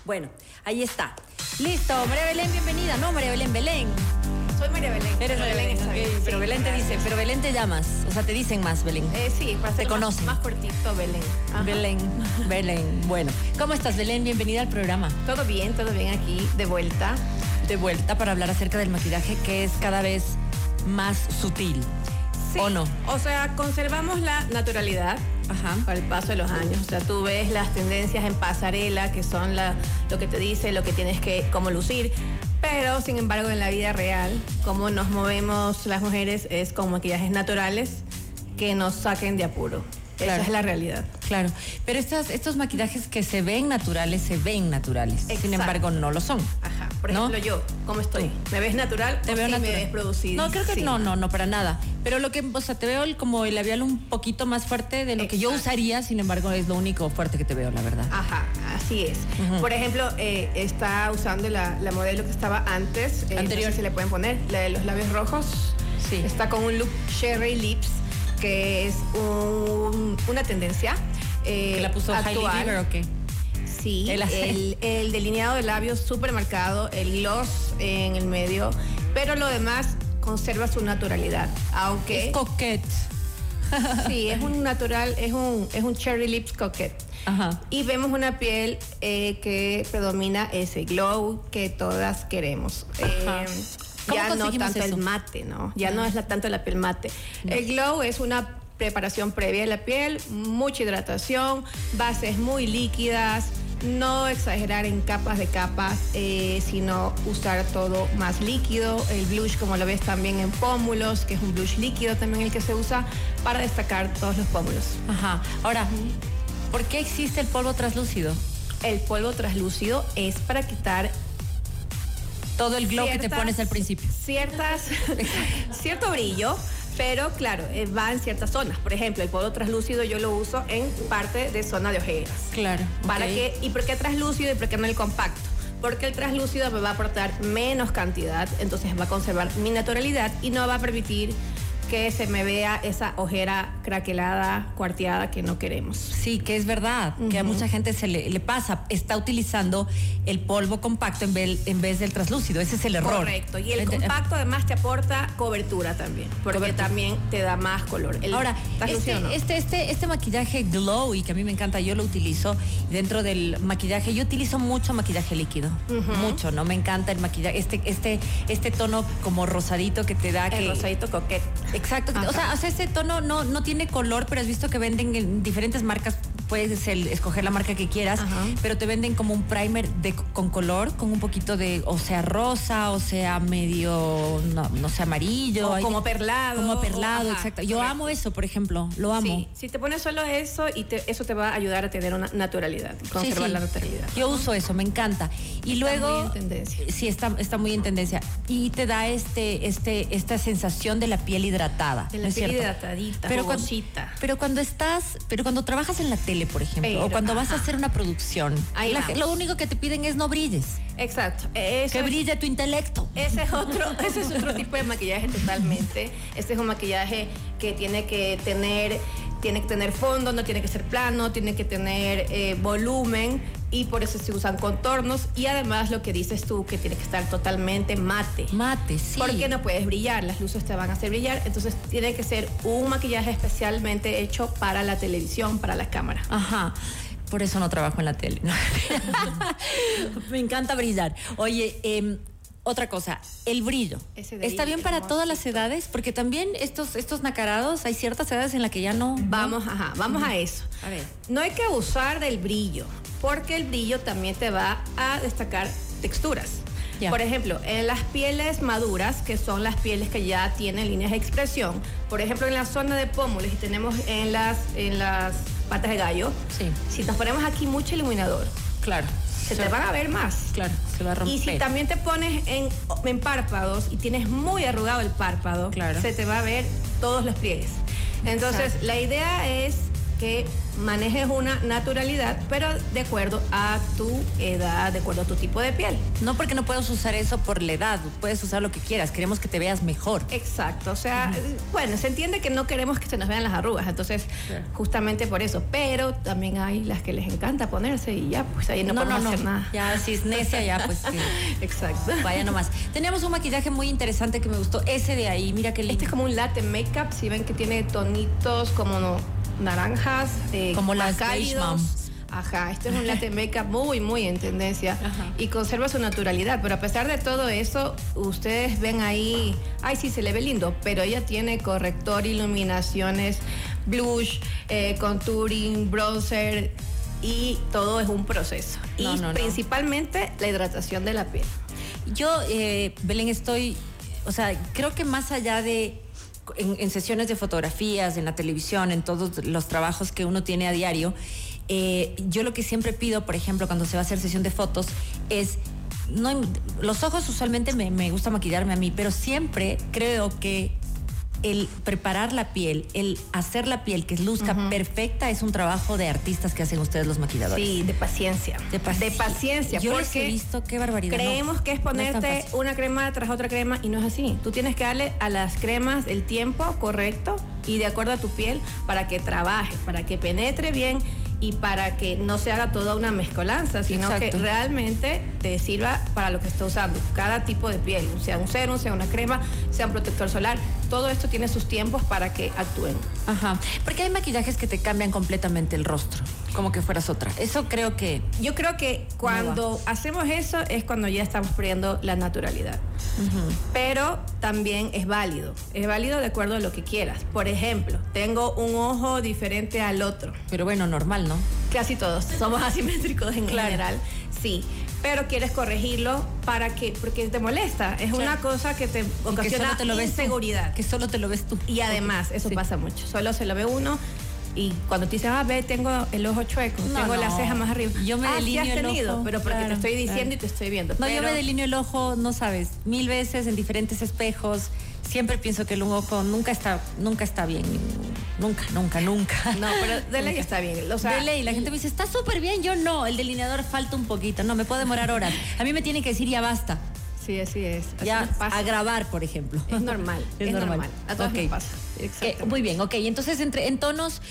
Bueno, ahí está. Listo, María Belén, bienvenida. No, María Belén, Belén. Soy María Belén. Eres María Belén, okay. Pero sí, Belén te dice, pero Belén te llamas. O sea, te dicen más, Belén. Sí, para ser más cortito, Belén. Ajá. Belén. Bueno, ¿cómo estás, Belén? Bienvenida al programa. Todo bien aquí, de vuelta. De vuelta para hablar acerca del maquillaje que es cada vez más sutil. Sí. ¿O no? O sea, conservamos la naturalidad. Ajá. Con el paso de los años. O sea, tú ves las tendencias en pasarela, que son lo que te dice, lo que tienes que como lucir. Pero, sin embargo, en la vida real, cómo nos movemos las mujeres es con maquillajes naturales que nos saquen de apuro. Claro. Esa es la realidad. Claro, pero estos maquillajes que se ven naturales. Exacto. Sin embargo, no lo son. Ajá. Por ejemplo, yo, ¿cómo estoy? ¿Me ves natural? Te veo natural. ¿Me ves producida? No, creo que no, para nada. Pero o sea, te veo como el labial un poquito más fuerte de lo que yo usaría, sin embargo, es lo único fuerte que te veo, la verdad. Ajá, así es. Uh-huh. Por ejemplo, está usando la modelo que estaba antes. Anterior. No sé si le pueden poner, la de los labios rojos. Sí. Está con un look Cherry Lips, que es una tendencia ¿que la puso Hailey Bieber o qué? Sí, el delineado de labios súper marcado, el gloss en el medio, pero lo demás conserva su naturalidad, aunque... Es coquette. Sí, es un natural, es un cherry lips coquette. Ajá. Y vemos una piel que predomina ese glow que todas queremos. Ya no tanto eso? El mate, ¿no? Ya no es tanto la piel mate. No. El glow es una preparación previa de la piel, mucha hidratación, bases muy líquidas, no exagerar en capas de capas, sino usar todo más líquido. El blush, como lo ves también en pómulos, que es un blush líquido también el que se usa para destacar todos los pómulos. Ajá. Ahora, ¿por qué existe el polvo translúcido? El polvo translúcido es para quitar todo el glow que te pones al principio. Cierto brillo, pero claro, va en ciertas zonas. Por ejemplo, el polvo translúcido yo lo uso en parte de zona de ojeras. Claro. ¿Y por qué translúcido y por qué no el compacto? Porque el translúcido me va a aportar menos cantidad, entonces va a conservar mi naturalidad y no va a permitir que se me vea esa ojera craquelada, cuarteada que no queremos. Sí, que es verdad, que a mucha gente se le pasa, está utilizando el polvo compacto en vez del translúcido, ese es el error. Correcto, y el compacto además te aporta cobertura también, porque también te da más color. Ahora, este maquillaje glow, y que a mí me encanta, yo lo utilizo dentro del maquillaje, yo utilizo mucho maquillaje líquido, mucho, ¿no? Me encanta el maquillaje, este tono como rosadito que te da. El rosadito coquete. Exacto. O sea, este tono no tiene color, pero has visto que venden en diferentes marcas. Puedes escoger la marca que quieras, pero te venden como un primer con color, con un poquito de, o sea, rosa, o sea, medio, no sé, amarillo. O como perlado. Como perlado, exacto. Yo amo eso, por ejemplo, lo amo. Sí, si te pones solo eso, eso te va a ayudar a tener una naturalidad, conservar la naturalidad. Yo uso eso, me encanta. Y luego... Está muy en tendencia. Sí, está muy en tendencia. Y te da esta sensación de la piel hidratada. De la piel hidratadita, jugosita. Pero cuando trabajas en la tele, por ejemplo, o cuando vas a hacer una producción, lo único que te piden es no brilles. Exacto. Que brille tu intelecto. Ese es otro tipo de maquillaje totalmente. Este es un maquillaje que tiene que tener fondo, no tiene que ser plano, tiene que tener volumen, y por eso se usan contornos, y además lo que dices tú, que tiene que estar totalmente mate. Mate, sí. Porque no puedes brillar, las luces te van a hacer brillar, entonces tiene que ser un maquillaje especialmente hecho para la televisión, para la cámara. Ajá. Por eso no trabajo en la tele. ¿No? Me encanta brillar. Oye, otra cosa, el brillo. ¿Está bien para todas las edades? Porque también estos nacarados, hay ciertas edades en las que ya no... Vamos a eso. A ver. No hay que abusar del brillo, porque el brillo también te va a destacar texturas. Yeah. Por ejemplo, en las pieles maduras, que son las pieles que ya tienen líneas de expresión, por ejemplo, en la zona de pómulos, y tenemos en las patas de gallo, sí. Si nos ponemos aquí mucho iluminador, claro, se te van a ver más. Claro, se va a romper. Y si también te pones en párpados y tienes muy arrugado el párpado, claro, se te va a ver todos los pliegues. Entonces, la idea es que manejes una naturalidad, pero de acuerdo a tu edad, de acuerdo a tu tipo de piel. No, porque no puedes usar eso por la edad, puedes usar lo que quieras, queremos que te veas mejor. Exacto, o sea, bueno, se entiende que no queremos que se nos vean las arrugas, entonces justamente por eso, pero también hay las que les encanta ponerse y ya, pues ahí no podemos hacer nada. Ya, si es necia, ya, pues exacto. Vaya nomás. Teníamos un maquillaje muy interesante que me gustó, ese de ahí, mira qué lindo. Este es como un latte makeup, si ven que tiene tonitos como naranjas, como las cálidos. Ajá, este es un latte makeup muy en tendencia. Ajá. Y conserva su naturalidad, pero a pesar de todo eso, ustedes ven ahí, ay sí, se le ve lindo, pero ella tiene corrector, iluminaciones, blush, contouring, bronzer y todo es un proceso. Y principalmente la hidratación de la piel. Yo, Belén, o sea, creo que más allá de en sesiones de fotografías, en la televisión, en todos los trabajos que uno tiene a diario, yo lo que siempre pido, por ejemplo, cuando se va a hacer sesión de fotos, es, los ojos usualmente me gusta maquillarme a mí, pero siempre creo que el preparar la piel, el hacer la piel que luzca perfecta es un trabajo de artistas que hacen ustedes los maquilladores. Sí, de paciencia. De paciencia. Yo les he visto, qué barbaridad. Creemos que es ponerte una crema tras otra crema y no es así. Tú tienes que darle a las cremas el tiempo correcto y de acuerdo a tu piel para que trabaje, para que penetre bien y para que no se haga toda una mezcolanza, sino que realmente te sirva para lo que estés usando. Cada tipo de piel, sea un serum, sea una crema, sea un protector solar, todo esto tiene sus tiempos para que actúen. Ajá, porque hay maquillajes que te cambian completamente el rostro, como que fueras otra. Eso creo que... Yo creo que cuando hacemos eso es cuando ya estamos perdiendo la naturalidad. Pero también es válido de acuerdo a lo que quieras. Por ejemplo, tengo un ojo diferente al otro. Pero bueno, normal, ¿no? Casi todos somos asimétricos en general, sí. Pero quieres corregirlo porque te molesta. Es una cosa que te ocasiona inseguridad. Que solo te lo ves tú. Y además, eso pasa mucho. Solo se lo ve uno. Y cuando te dicen, ve, tengo el ojo chueco, tengo la ceja más arriba. Yo me delineo el ojo. Pero porque te estoy diciendo y te estoy viendo. No, yo me delineo el ojo, no sabes, 1000 veces en diferentes espejos. Siempre pienso que un ojo nunca está bien. Nunca. No, pero de ley está bien. O sea, de ley, la gente me dice, está súper bien. Yo no, el delineador falta un poquito. No, me puede demorar horas. A mí me tiene que decir, ya basta. Sí, así es. Así ya a grabar, por ejemplo. Es normal. es normal. A todos nos pasa. Muy bien, ok. Entonces, en tonos,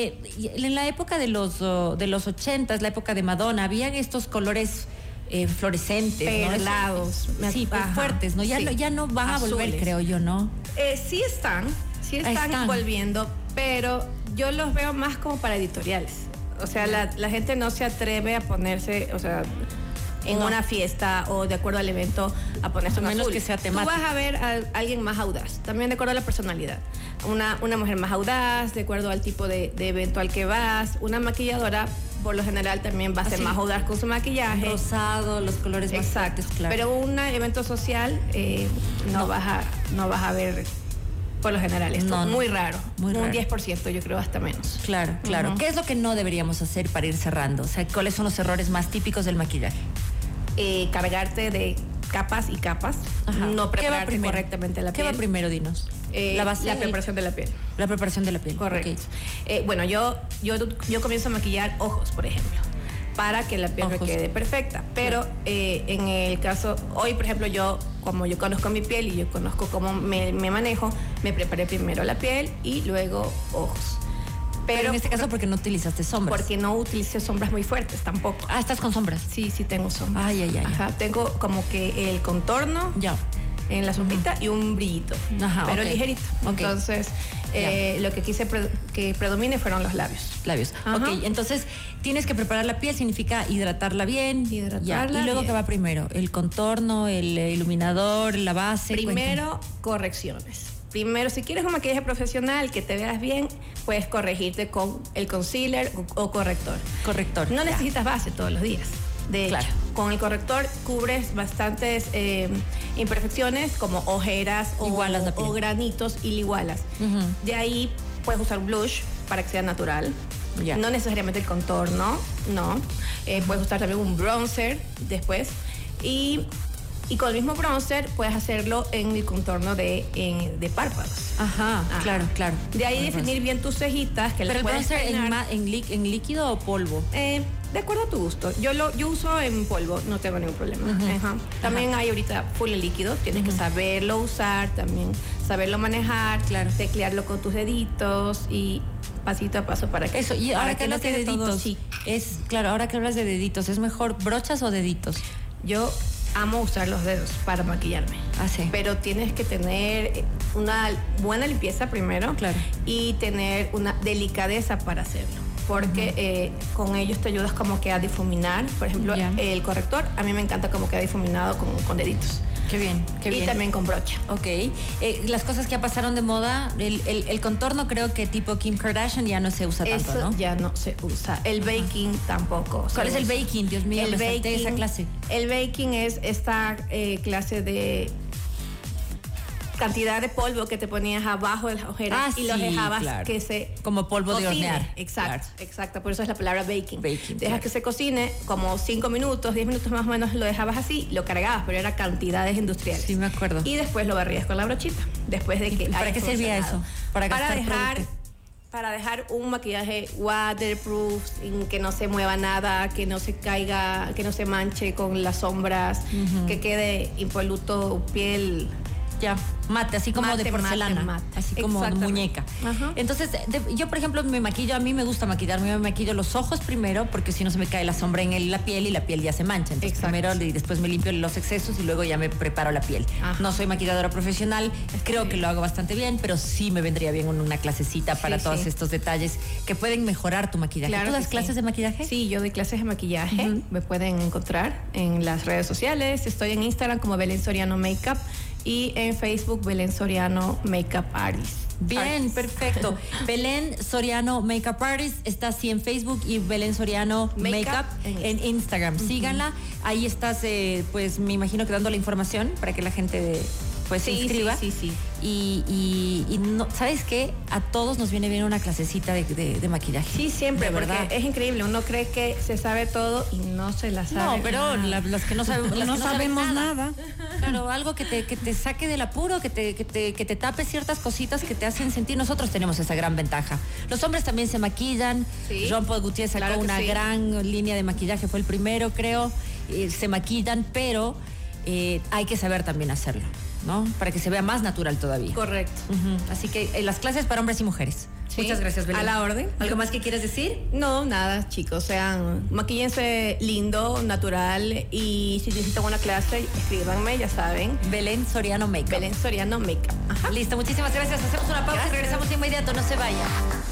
en la época de los 80s, la época de Madonna, habían estos colores fluorescentes, perlados, ¿no? Sí, pues fuertes, ¿no? Ya no van a volver, creo yo, ¿no? Sí están volviendo, pero yo los veo más como para editoriales. O sea, la gente no se atreve a ponerse, o sea, en una fiesta o de acuerdo al evento a ponerse un menos azul. Que sea temático. Tú vas a ver a alguien más audaz, también de acuerdo a la personalidad. Una mujer más audaz, de acuerdo al tipo de evento al que vas. Una maquilladora, por lo general, también va a ser más audaz con su maquillaje. Rosado, los colores más fuertes, claro. Pero un evento social no vas a ver, por lo general, esto muy raro. Un 10%, yo creo, hasta menos. Claro. ¿Qué es lo que no deberíamos hacer para ir cerrando? O sea, ¿cuáles son los errores más típicos del maquillaje? Cargarte de capas y capas. No prepararte correctamente la piel. ¿Qué va primero, dinos? La preparación de la piel. La preparación de la piel. Correcto. Bueno, yo comienzo a maquillar ojos, por ejemplo, para que la piel me quede perfecta. Pero en el caso, hoy, por ejemplo, como yo conozco mi piel y yo conozco cómo me manejo, me preparé primero la piel y luego ojos. Pero en este caso, ¿porque no utilizaste sombras? Porque no utilicé sombras muy fuertes tampoco. Ah, ¿estás con sombras? Sí, tengo sombras. Ay. Ajá, tengo como que el contorno en la sombrita y un brillito, pero ligerito. Entonces, lo que quise que predomine fueron los labios. Ok, entonces tienes que preparar la piel, significa hidratarla bien. ¿Y luego qué va primero? ¿El contorno, el iluminador, la base? Primero, correcciones. Primero, si quieres un maquillaje profesional que te veas bien, puedes corregirte con el concealer o corrector. No necesitas base todos los días. De hecho, con el corrector cubres bastantes imperfecciones como ojeras o granitos y igualas. De ahí puedes usar blush para que sea natural. No necesariamente el contorno, no. Puedes usar también un bronzer después. Y Y con el mismo bronzer puedes hacerlo en el contorno de párpados. Ajá, claro. De ahí definir bien tus cejitas. Que ¿pero el bronzer en líquido o polvo? De acuerdo a tu gusto. Yo uso en polvo, no tengo ningún problema. También hay ahorita full líquido, tienes que saberlo usar, también saberlo manejar, teclearlo con tus deditos y pasito a paso para que... Eso, y ahora que hablas de deditos, sí. Ahora que hablas de deditos, ¿es mejor brochas o deditos? Yo amo usar los dedos para maquillarme. Sí. Pero tienes que tener una buena limpieza primero y tener una delicadeza para hacerlo. Porque con ellos te ayudas como que a difuminar. Por ejemplo, el corrector, a mí me encanta como que ha difuminado con deditos. Qué bien. Y también con brocha. Ok. Las cosas que ya pasaron de moda, el contorno creo que tipo Kim Kardashian ya no se usa tanto, eso, ¿no? Ya no se usa. El baking tampoco. ¿Cuál es el baking? Dios mío, me salté esa clase. El baking es esta clase de cantidad de polvo que te ponías abajo de las ojeras y los dejabas que se como polvo cocine. De hornear. Exacto, por eso es la palabra baking. Dejas que se cocine como 5 minutos, 10 minutos más o menos, lo dejabas así, lo cargabas, pero era cantidades industriales. Sí, me acuerdo. Y después lo barrías con la brochita. Después de que ¿Para qué servía eso? Para dejar un maquillaje waterproof, sin que no se mueva nada, que no se caiga, que no se manche con las sombras, que quede impoluto piel. Ya, mate, así como de porcelana, así como de muñeca. Entonces, yo por ejemplo me maquillo, a mí me gusta maquillarme, me maquillo los ojos primero, porque si no se me cae la sombra en la piel y la piel ya se mancha. Entonces primero y después me limpio los excesos y luego ya me preparo la piel. No soy maquilladora profesional, creo que lo hago bastante bien, pero sí me vendría bien una clasecita para todos estos detalles que pueden mejorar tu maquillaje. Claro. ¿Tú das clases de maquillaje? Sí, yo doy clases de maquillaje. Me pueden encontrar en las redes sociales. Estoy en Instagram como Belén Soriano Makeup y en Facebook Belén Soriano Makeup Artist. Bien, perfecto. Belén Soriano Makeup Artist está así en Facebook y Belén Soriano Makeup en Instagram. Síganla. Ahí estás, pues me imagino que dando la información para que la gente pues se inscriba. Sí. Y no, ¿sabes qué? A todos nos viene bien una clasecita de maquillaje. Sí, siempre, porque ¿verdad? Es increíble. Uno cree que se sabe todo y no se la sabe. No, pero las que no sabemos, no sabemos nada. Claro, algo que te saque del apuro, que te tape ciertas cositas que te hacen sentir. Nosotros tenemos esa gran ventaja. Los hombres también se maquillan. Jean Paul Gaultier sacó una gran línea de maquillaje, fue el primero, creo. Se maquillan, pero hay que saber también hacerlo, ¿no? Para que se vea más natural todavía. Correcto. Así que las clases para hombres y mujeres. Sí. Muchas gracias, Belén. A la orden. ¿Algo más que quieres decir? No, nada, chicos. Maquíllense lindo, natural, y si necesitan una clase, escríbanme, ya saben. Belén Soriano Makeup. Belén Soriano Makeup. Listo, muchísimas gracias. Hacemos una pausa y regresamos de inmediato. No se vaya.